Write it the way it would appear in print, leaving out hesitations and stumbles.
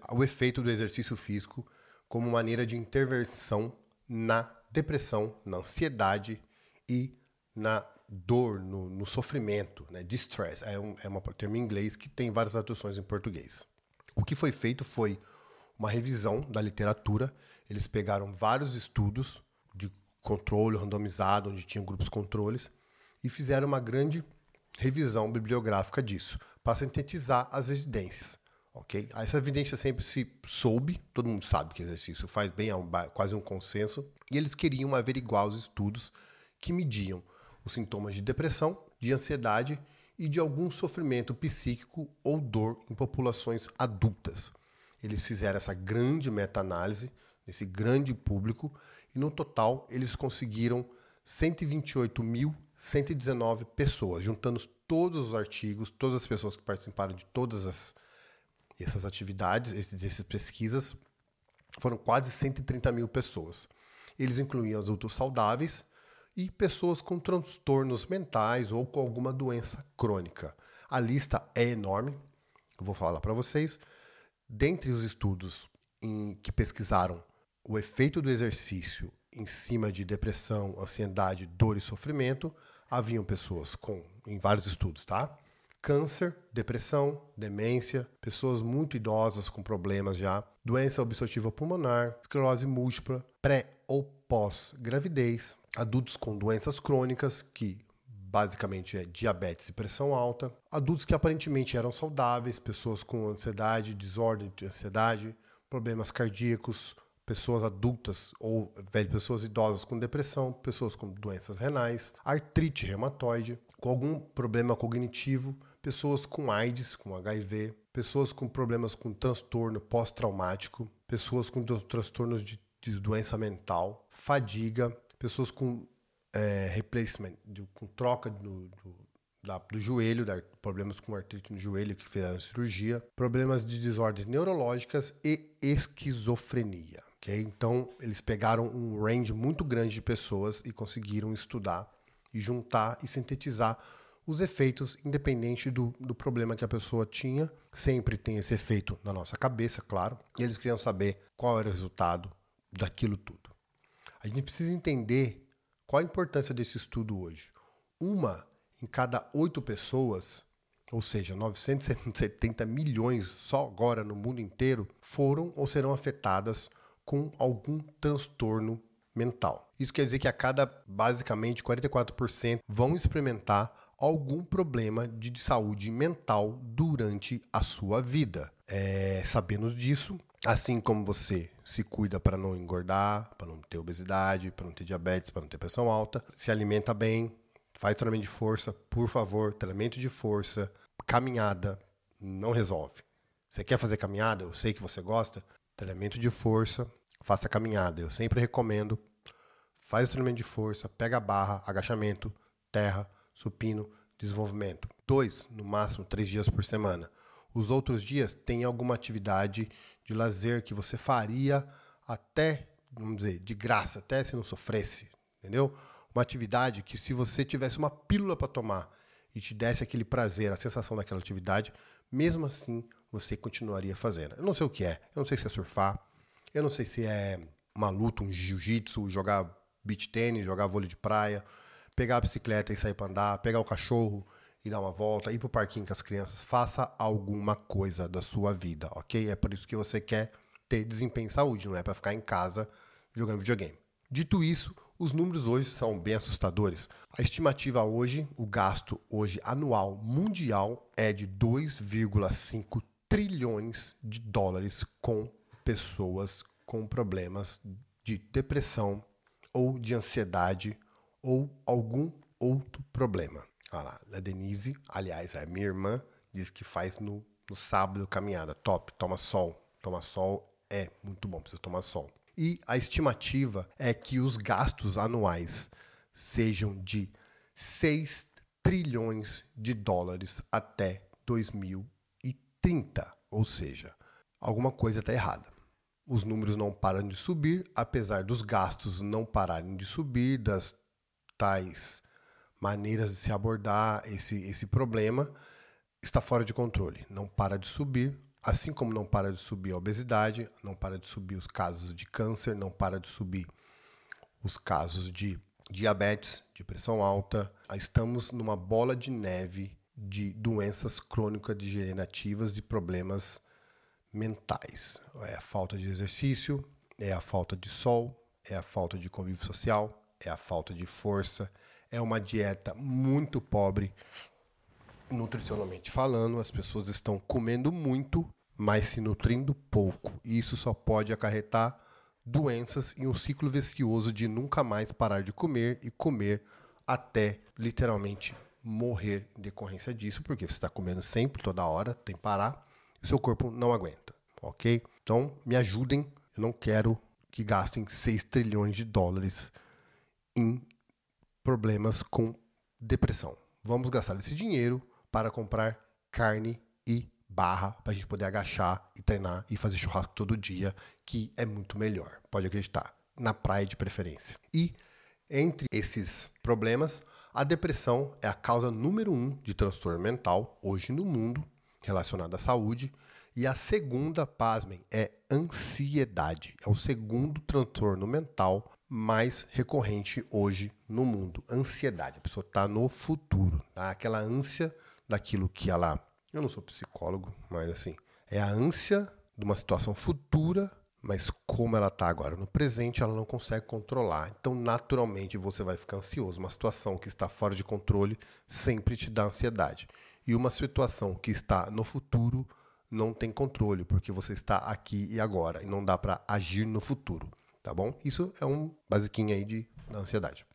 o efeito do exercício físico como maneira de intervenção na depressão, na ansiedade e na dor, no sofrimento, né? Distress. É um termo em inglês que tem várias traduções em português. O que foi feito foi uma revisão da literatura. Eles pegaram vários estudos de controle randomizado, onde tinham grupos controles, e fizeram uma grande revisão bibliográfica disso, para sintetizar as evidências. Okay? Essa evidência sempre se soube, todo mundo sabe que exercício faz bem, é quase um consenso, e eles queriam averiguar os estudos que mediam os sintomas de depressão, de ansiedade e de algum sofrimento psíquico ou dor em populações adultas. Eles fizeram essa grande meta-análise, nesse grande público, e no total eles conseguiram 128.119 pessoas, juntando todos os artigos, todas as pessoas que participaram de todas essas atividades, essas pesquisas, foram quase 130 mil pessoas. Eles incluíam adultos saudáveis e pessoas com transtornos mentais ou com alguma doença crônica. A lista é enorme, eu vou falar para vocês. Dentre os estudos que pesquisaram o efeito do exercício em cima de depressão, ansiedade, dor e sofrimento, haviam pessoas em vários estudos, tá? Câncer, depressão, demência, pessoas muito idosas com problemas já, doença obstrutiva pulmonar, esclerose múltipla, pré ou pós-gravidez, adultos com doenças crônicas, que basicamente é diabetes e pressão alta, adultos que aparentemente eram saudáveis, pessoas com ansiedade, desordem de ansiedade, problemas cardíacos, pessoas adultas ou pessoas idosas com depressão, pessoas com doenças renais, artrite reumatoide, com algum problema cognitivo, pessoas com AIDS, com HIV, pessoas com problemas com transtorno pós-traumático, pessoas com transtornos de doença mental, fadiga, pessoas com replacement, com troca do joelho, problemas com artrite no joelho que fizeram cirurgia, problemas de desordens neurológicas e esquizofrenia. Okay? Então, eles pegaram um range muito grande de pessoas e conseguiram estudar e juntar e sintetizar os efeitos, independente do problema que a pessoa tinha. Sempre tem esse efeito na nossa cabeça, claro. E eles queriam saber qual era o resultado daquilo tudo. A gente precisa entender qual a importância desse estudo hoje. Uma em cada 8 pessoas, ou seja, 970 milhões só agora no mundo inteiro, foram ou serão afetadas com algum transtorno mental. Isso quer dizer que a cada, basicamente, 44% vão experimentar algum problema de saúde mental durante a sua vida. Sabendo disso, assim como você se cuida para não engordar, para não ter obesidade, para não ter diabetes, para não ter pressão alta, se alimenta bem, faz treinamento de força, por favor, treinamento de força, caminhada, não resolve. Você quer fazer caminhada? Eu sei que você gosta. Treinamento de força, faça caminhada. Eu sempre recomendo. Faz o treinamento de força, pega a barra, agachamento, terra, supino, desenvolvimento. 2, no máximo 3 dias por semana. Os outros dias tem alguma atividade de lazer que você faria até, vamos dizer, de graça, até se não sofresse, entendeu? Uma atividade que se você tivesse uma pílula para tomar e te desse aquele prazer, a sensação daquela atividade, mesmo assim você continuaria fazendo. Eu não sei o que é, eu não sei se é surfar, eu não sei se é uma luta, um jiu-jitsu, jogar beach tênis, jogar vôlei de praia, pegar a bicicleta e sair para andar, pegar o cachorro e dar uma volta, ir pro parquinho com as crianças. Faça alguma coisa da sua vida, ok? É por isso que você quer ter desempenho em saúde, não é para ficar em casa jogando videogame. Dito isso, os números hoje são bem assustadores. A estimativa hoje, o gasto hoje anual mundial é de 2,5 trilhões de dólares com pessoas com problemas de depressão ou de ansiedade ou algum outro problema. Olha lá, a Denise, aliás, a minha irmã, diz que faz no sábado caminhada. Top, toma sol. Toma sol é muito bom, precisa tomar sol. E a estimativa é que os gastos anuais sejam de 6 trilhões de dólares até 2030. Ou seja, alguma coisa está errada. Os números não param de subir, apesar dos gastos não pararem de subir, das tais maneiras de se abordar esse problema, está fora de controle. Não para de subir, Assim como não para de subir a obesidade, não para de subir os casos de câncer, não para de subir os casos de diabetes, de pressão alta. Estamos numa bola de neve de doenças crônico-degenerativas e problemas mentais. É a falta de exercício, é a falta de sol, é a falta de convívio social, é a falta de força, é uma dieta muito pobre, nutricionalmente falando. As pessoas estão comendo muito, mas se nutrindo pouco. E isso só pode acarretar doenças e um ciclo vicioso de nunca mais parar de comer e comer até literalmente morrer em decorrência disso, porque você está comendo sempre, toda hora, tem que parar, e o seu corpo não aguenta, ok? Então, me ajudem, eu não quero que gastem 6 trilhões de dólares em problemas com depressão. Vamos gastar esse dinheiro para comprar carne e barra para a gente poder agachar e treinar e fazer churrasco todo dia, que é muito melhor, pode acreditar, na praia de preferência. E entre esses problemas, a depressão é a causa número 1 de transtorno mental hoje no mundo relacionado à saúde. E a segunda, pasmem, é ansiedade. É o segundo transtorno mental mais recorrente hoje no mundo. Ansiedade. A pessoa está no futuro. Tá? Aquela ânsia daquilo que ela... Eu não sou psicólogo, mas assim... É a ânsia de uma situação futura, mas como ela está agora no presente, ela não consegue controlar. Então, naturalmente, você vai ficar ansioso. Uma situação que está fora de controle sempre te dá ansiedade. E uma situação que está no futuro não tem controle, porque você está aqui e agora, e não dá para agir no futuro, tá bom? Isso é um basiquinho aí da ansiedade.